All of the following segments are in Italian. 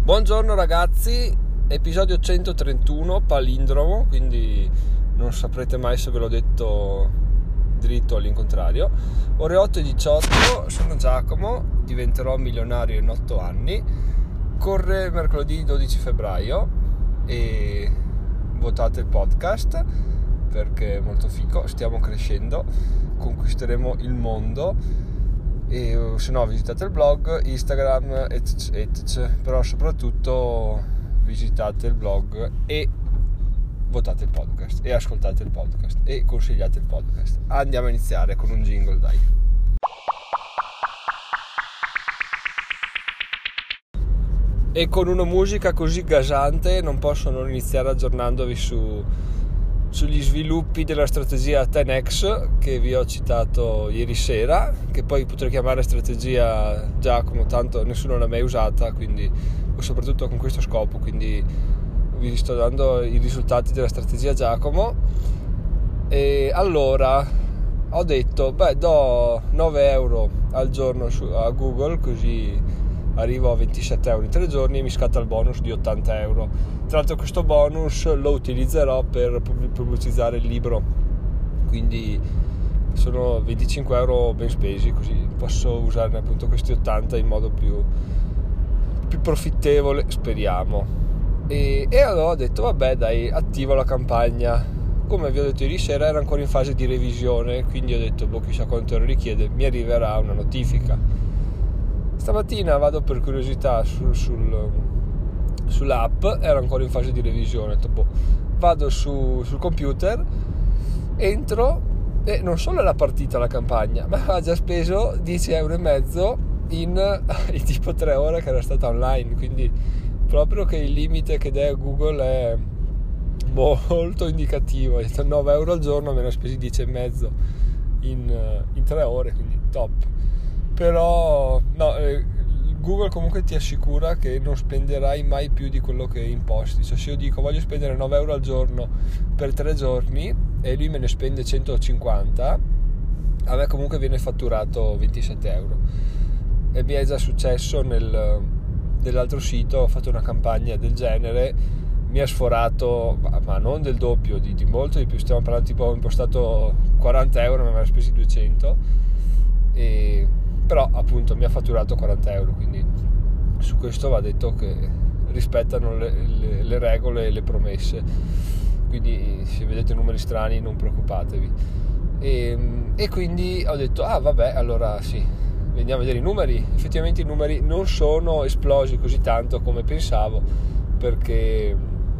Buongiorno ragazzi, episodio 131, palindromo, quindi non saprete mai se ve l'ho detto dritto o all'incontrario. Ore 8:18, sono Giacomo, diventerò milionario in 8 anni. Corre mercoledì 12 febbraio e votate il podcast perché è molto figo, stiamo crescendo, conquisteremo il mondo. E se no visitate il blog, Instagram però soprattutto visitate il blog e votate il podcast e ascoltate il podcast e consigliate il podcast. Andiamo a iniziare con un jingle, dai. E con una musica così gasante non posso non iniziare aggiornandovi sugli sviluppi della strategia 10X che vi ho citato ieri sera, che poi potrei chiamare strategia Giacomo, tanto nessuno l'ha mai usata, quindi soprattutto con questo scopo, quindi vi sto dando i risultati della strategia Giacomo. E allora ho detto do 9 euro al giorno a Google, così arrivo a 27 euro in 3 giorni e mi scatta il bonus di 80 euro. Tra l'altro questo bonus lo utilizzerò per pubblicizzare il libro, quindi sono 25 euro ben spesi, così posso usarne appunto questi 80 in modo più profittevole, speriamo. E allora ho detto vabbè dai, attivo la campagna. Come vi ho detto ieri sera era ancora in fase di revisione, quindi ho detto chissà quanto lo richiede, mi arriverà una notifica. Stamattina vado per curiosità sull'app, era ancora in fase di revisione, ho detto, vado sul computer, entro e non solo era partita la campagna, ma aveva già speso 10,5 euro in tipo 3 ore che era stata online, quindi proprio che il limite che dà Google è molto indicativo. Ho detto 9 euro al giorno, me ne ho spesi 10,5 in 3 ore, quindi top. Però no, Google comunque ti assicura che non spenderai mai più di quello che imposti. Cioè, se io dico voglio spendere 9 euro al giorno per 3 giorni e lui me ne spende 150, a me comunque viene fatturato 27 euro. E mi è già successo nell'altro sito, ho fatto una campagna del genere, mi ha sforato, ma non del doppio, di molto di più, stiamo parlando tipo ho impostato 40 euro, ma mi ha spesi 200, però appunto mi ha fatturato 40 euro, quindi su questo va detto che rispettano le regole e le promesse, quindi se vedete numeri strani non preoccupatevi. E quindi ho detto vabbè, allora sì, vediamo a vedere i numeri. Effettivamente i numeri non sono esplosi così tanto come pensavo, perché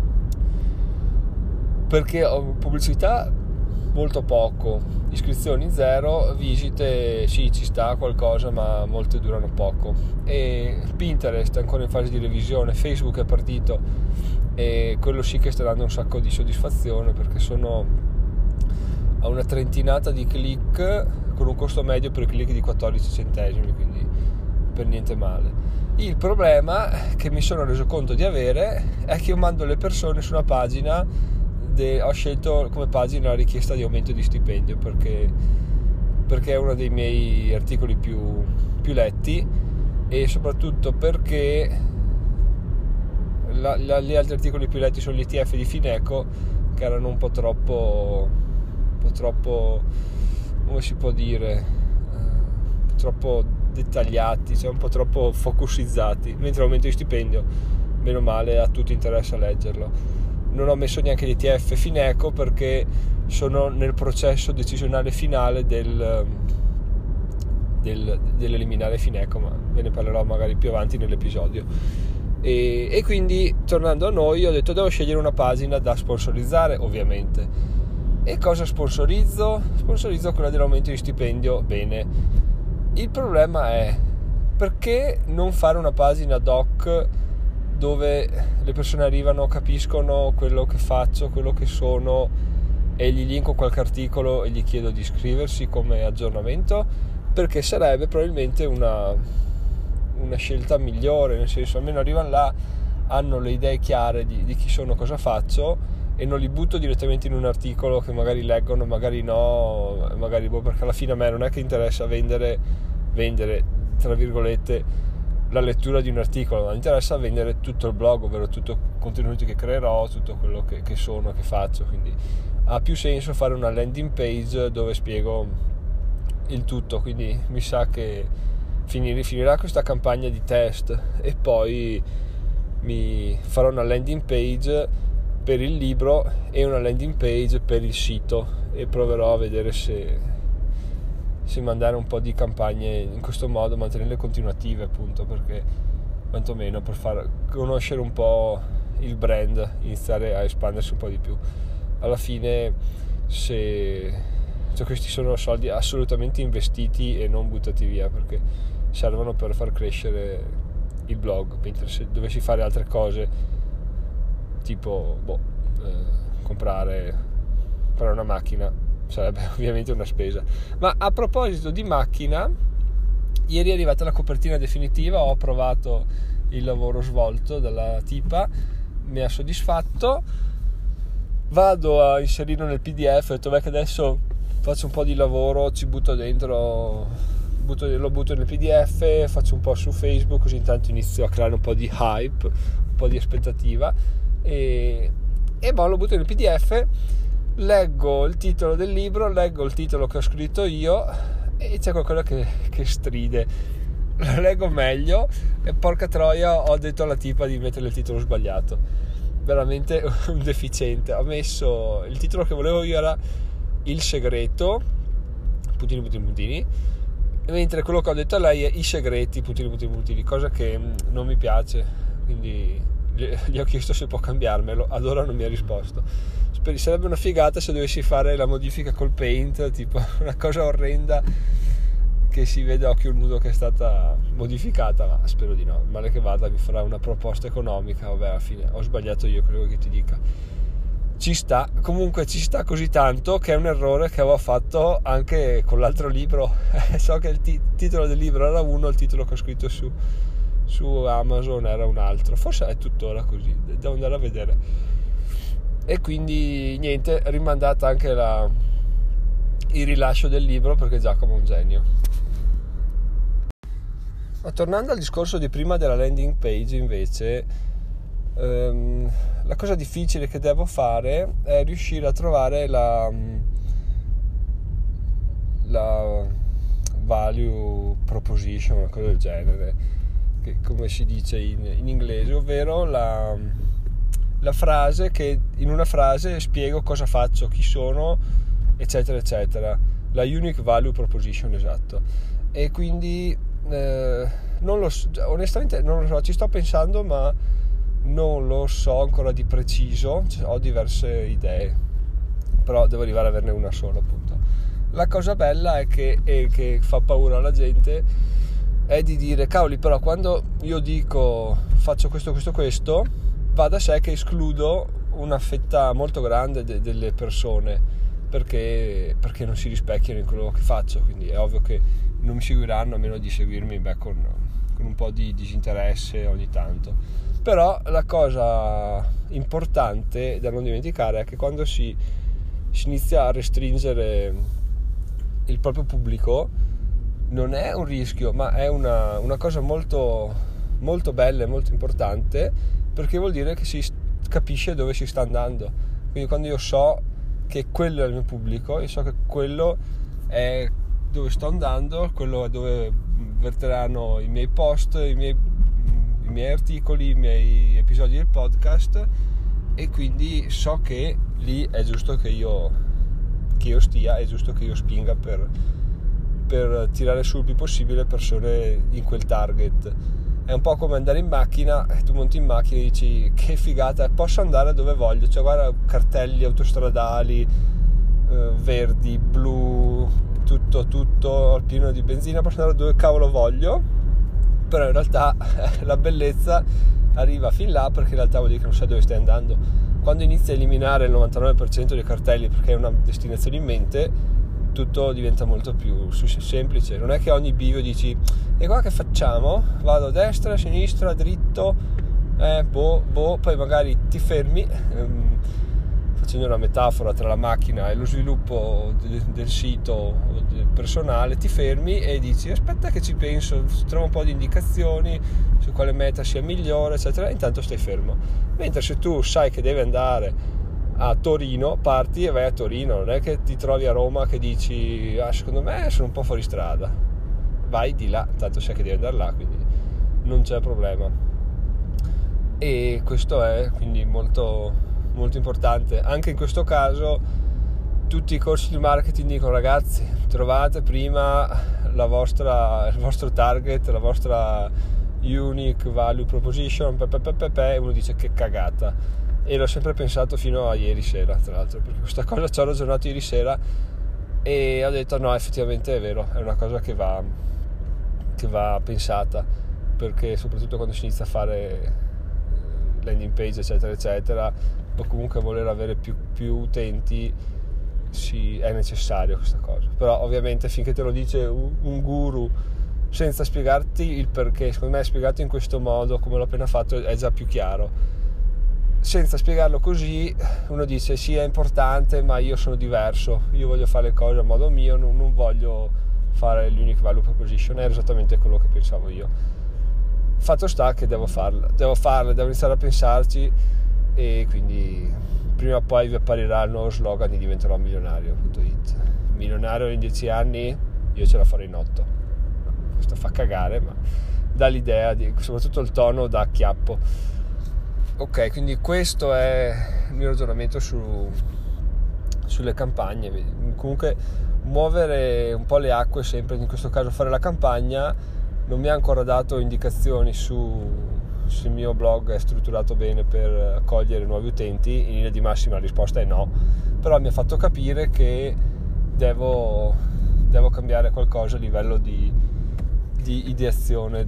ho pubblicità molto poco, iscrizioni 0, visite sì, ci sta qualcosa, ma molte durano poco. E Pinterest è ancora in fase di revisione, Facebook è partito e quello sì che sta dando un sacco di soddisfazione, perché sono a una trentinata di click con un costo medio per click di 14 centesimi, quindi per niente male. Il problema che mi sono reso conto di avere è che io mando le persone su una pagina, ho scelto come pagina la richiesta di aumento di stipendio perché è uno dei miei articoli più letti, e soprattutto perché gli altri articoli più letti sono gli ETF di Fineco, che erano un po' troppo come si può dire, troppo dettagliati, cioè un po' troppo focusizzati, mentre l'aumento di stipendio meno male a tutti interessa leggerlo. Non ho messo neanche gli ETF Fineco perché sono nel processo decisionale finale dell'eliminare Fineco, ma ve ne parlerò magari più avanti nell'episodio. E quindi, tornando a noi, ho detto devo scegliere una pagina da sponsorizzare, ovviamente. E cosa sponsorizzo? Sponsorizzo quella dell'aumento di stipendio. Bene, il problema è perché non fare una pagina doc dove le persone arrivano, capiscono quello che faccio, quello che sono, e gli linko qualche articolo e gli chiedo di iscriversi come aggiornamento, perché sarebbe probabilmente una scelta migliore, nel senso almeno arrivano là, hanno le idee chiare di chi sono, cosa faccio, e non li butto direttamente in un articolo che magari leggono, magari no, magari perché alla fine a me non è che interessa vendere tra virgolette la lettura di un articolo, ma mi interessa vendere tutto il blog, ovvero tutto i contenuti che creerò, tutto quello che sono, che faccio. Quindi ha più senso fare una landing page dove spiego il tutto. Quindi mi sa che finirà questa campagna di test e poi mi farò una landing page per il libro e una landing page per il sito, e proverò a vedere se mandare un po' di campagne in questo modo, mantenerle continuative, appunto, perché quantomeno per far conoscere un po' il brand, iniziare a espandersi un po' di più. Alla fine, se questi sono soldi assolutamente investiti e non buttati via, perché servono per far crescere il blog, mentre se dovessi fare altre cose tipo comprare una macchina, sarebbe ovviamente una spesa. Ma a proposito di macchina, ieri è arrivata la copertina definitiva, ho approvato il lavoro svolto dalla tipa, mi ha soddisfatto, vado a inserirlo nel PDF, ho detto che adesso faccio un po' di lavoro, ci butto dentro, lo butto nel PDF, faccio un po' su Facebook, così intanto inizio a creare un po' di hype, un po' di aspettativa, e lo butto nel PDF, leggo il titolo del libro, leggo il titolo che ho scritto io e c'è qualcosa che stride, lo leggo meglio e porca troia, ho detto alla tipa di mettere il titolo sbagliato, veramente un deficiente. Ho messo il titolo che volevo io, era Il segreto puntini, mentre quello che ho detto a lei è I segreti puntini, cosa che non mi piace, quindi gli ho chiesto se può cambiarmelo, ad ora non mi ha risposto. Sarebbe una figata se dovessi fare la modifica col Paint, tipo una cosa orrenda che si vede a occhio nudo che è stata modificata, ma spero di no. Male che vada mi farà una proposta economica, vabbè, alla fine ho sbagliato io, quello che ti dica. Ci sta così tanto che è un errore che avevo fatto anche con l'altro libro. So che il titolo del libro era uno, il titolo che ho scritto su Amazon era un altro, forse è tuttora così, devo andare a vedere. E quindi niente, rimandata anche il rilascio del libro, perché Giacomo è un genio. Ma tornando al discorso di prima della landing page, invece, la cosa difficile che devo fare è riuscire a trovare la value proposition, una cosa del genere, che come si dice in inglese, ovvero la frase che in una frase spiego cosa faccio, chi sono, eccetera eccetera, la unique value proposition, esatto. E quindi onestamente non lo so, ci sto pensando, ma non lo so ancora di preciso, ho diverse idee, però devo arrivare ad averne una sola, appunto. La cosa bella è che fa paura alla gente è di dire, cavoli, però quando io dico faccio questo, va da sé che escludo una fetta molto grande delle persone, perché non si rispecchiano in quello che faccio, quindi è ovvio che non mi seguiranno, a meno di seguirmi con un po' di disinteresse ogni tanto. Però la cosa importante da non dimenticare è che quando si inizia a restringere il proprio pubblico, non è un rischio, ma è una cosa molto, molto bella e molto importante, perché vuol dire che si capisce dove si sta andando. Quindi quando io so che quello è il mio pubblico, io so che quello è dove sto andando, quello è dove verteranno i miei post, i miei articoli, i miei episodi del podcast, e quindi so che lì è giusto che io stia, è giusto che io spinga per tirare su il più possibile persone in quel target. È un po' come andare in macchina, tu monti in macchina e dici che figata, posso andare dove voglio, cioè guarda, cartelli autostradali, verdi, blu, tutto al pieno di benzina, posso andare dove cavolo voglio. Però in realtà la bellezza arriva fin là, perché in realtà vuol dire che non sai dove stai andando. Quando inizi a eliminare il 99% dei cartelli perché hai una destinazione in mente, tutto diventa molto più semplice. Non è che ogni bivio dici e qua che facciamo? Vado a destra, a sinistra, dritto, poi magari ti fermi, faccio facendo una metafora tra la macchina e lo sviluppo del sito o del personale, ti fermi e dici aspetta che ci penso, trovo un po' di indicazioni su quale meta sia migliore, eccetera, e intanto stai fermo. Mentre se tu sai che devi andare a Torino, parti e vai a Torino, non è che ti trovi a Roma che dici secondo me sono un po' fuori strada, vai di là, tanto sai che devi andare là, quindi non c'è problema. E questo è quindi molto, molto importante. Anche in questo caso tutti i corsi di marketing dicono ragazzi, trovate prima il vostro target, la vostra unique value proposition, e uno dice che cagata, e l'ho sempre pensato fino a ieri sera, tra l'altro, perché questa cosa ci ho ragionato ieri sera e ho detto no, effettivamente è vero, è una cosa che va pensata, perché soprattutto quando si inizia a fare landing page eccetera eccetera, o comunque voler avere più utenti, è necessario questa cosa. Però ovviamente finché te lo dice un guru senza spiegarti il perché, secondo me spiegato in questo modo come l'ho appena fatto è già più chiaro. Senza spiegarlo così uno dice sì, è importante, ma io sono diverso, io voglio fare le cose a modo mio, non voglio fare l'unique value proposition. Era esattamente quello che pensavo io. Fatto sta che devo farle, devo iniziare a pensarci, e quindi prima o poi vi apparirà il nuovo slogan di diventerò milionario.it. Milionario in 10 anni, io ce la farò in 8. Questo fa cagare, ma dà l'idea, soprattutto il tono da acchiappo. Ok, quindi questo è il mio ragionamento sulle campagne. Comunque muovere un po' le acque sempre, in questo caso fare la campagna. Non mi ha ancora dato indicazioni se il mio blog è strutturato bene per accogliere nuovi utenti. In linea di massima la risposta è no, però mi ha fatto capire che devo cambiare qualcosa a livello di ideazione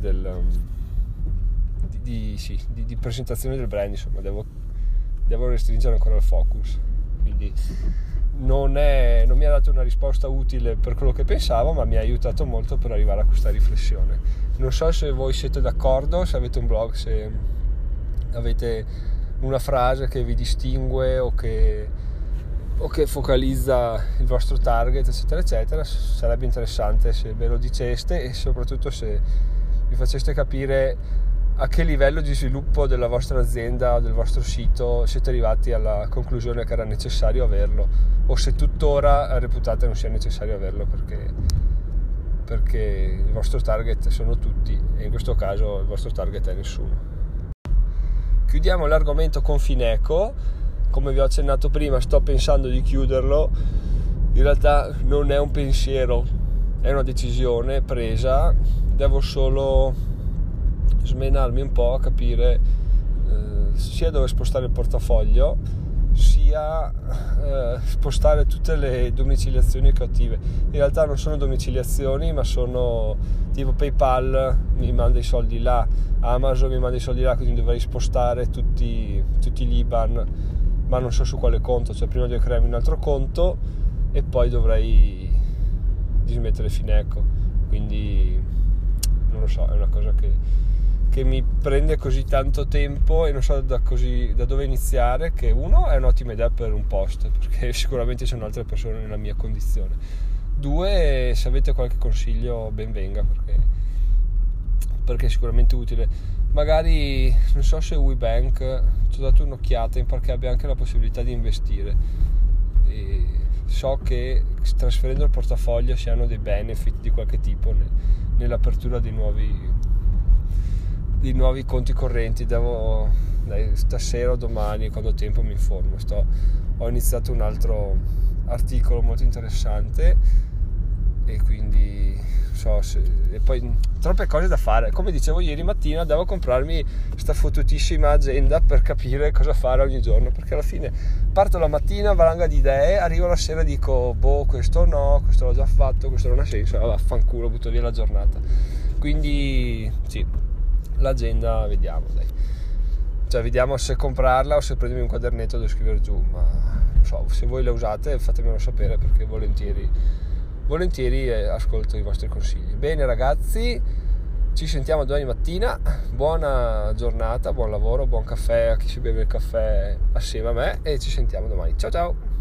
di presentazione del brand, insomma devo restringere ancora il focus. Quindi non mi ha dato una risposta utile per quello che pensavo, ma mi ha aiutato molto per arrivare a questa riflessione. Non so se voi siete d'accordo, se avete un blog, se avete una frase che vi distingue o che focalizza il vostro target, eccetera eccetera. Sarebbe interessante se ve lo diceste e soprattutto se vi faceste capire a che livello di sviluppo della vostra azienda o del vostro sito siete arrivati alla conclusione che era necessario averlo, o se tuttora reputate non sia necessario averlo perché il vostro target sono tutti e in questo caso il vostro target è nessuno. Chiudiamo l'argomento con Fineco. Come vi ho accennato prima, sto pensando di chiuderlo. In realtà non è un pensiero, è una decisione presa. Devo solo smenarmi un po' a capire sia dove spostare il portafoglio, sia spostare tutte le domiciliazioni che ho attive. In realtà non sono domiciliazioni, ma sono tipo PayPal mi manda i soldi là, Amazon mi manda i soldi là, quindi dovrei spostare tutti gli IBAN, ma non so su quale conto. Cioè prima devo crearmi un altro conto e poi dovrei dismettere Fineco, quindi non lo so, è una cosa che mi prende così tanto tempo e non so da dove iniziare, che uno è un'ottima idea per un post, perché sicuramente ci sono altre persone nella mia condizione. Due, se avete qualche consiglio ben venga, perché è sicuramente utile. Magari non so se WeBank, ci ho dato un'occhiata perché abbia anche la possibilità di investire, e so che trasferendo il portafoglio si hanno dei benefit di qualche tipo nell'apertura di nuovi conti correnti. Stasera o domani, quando ho tempo, mi informo. Ho iniziato un altro articolo molto interessante e quindi e poi troppe cose da fare. Come dicevo ieri mattina, devo comprarmi sta fottutissima agenda per capire cosa fare ogni giorno, perché alla fine parto la mattina, valanga di idee, arrivo la sera e dico questo no, questo l'ho già fatto, questo non ha senso, vaffanculo, butto via la giornata. Quindi sì, l'agenda vediamo, dai. Cioè vediamo se comprarla o se prendermi un quadernetto da scrivere giù, ma non so, se voi la usate fatemelo sapere, perché volentieri ascolto i vostri consigli. Bene ragazzi, Ci sentiamo domani mattina, buona giornata, buon lavoro, buon caffè a chi si beve il caffè assieme a me e ci sentiamo domani. Ciao ciao!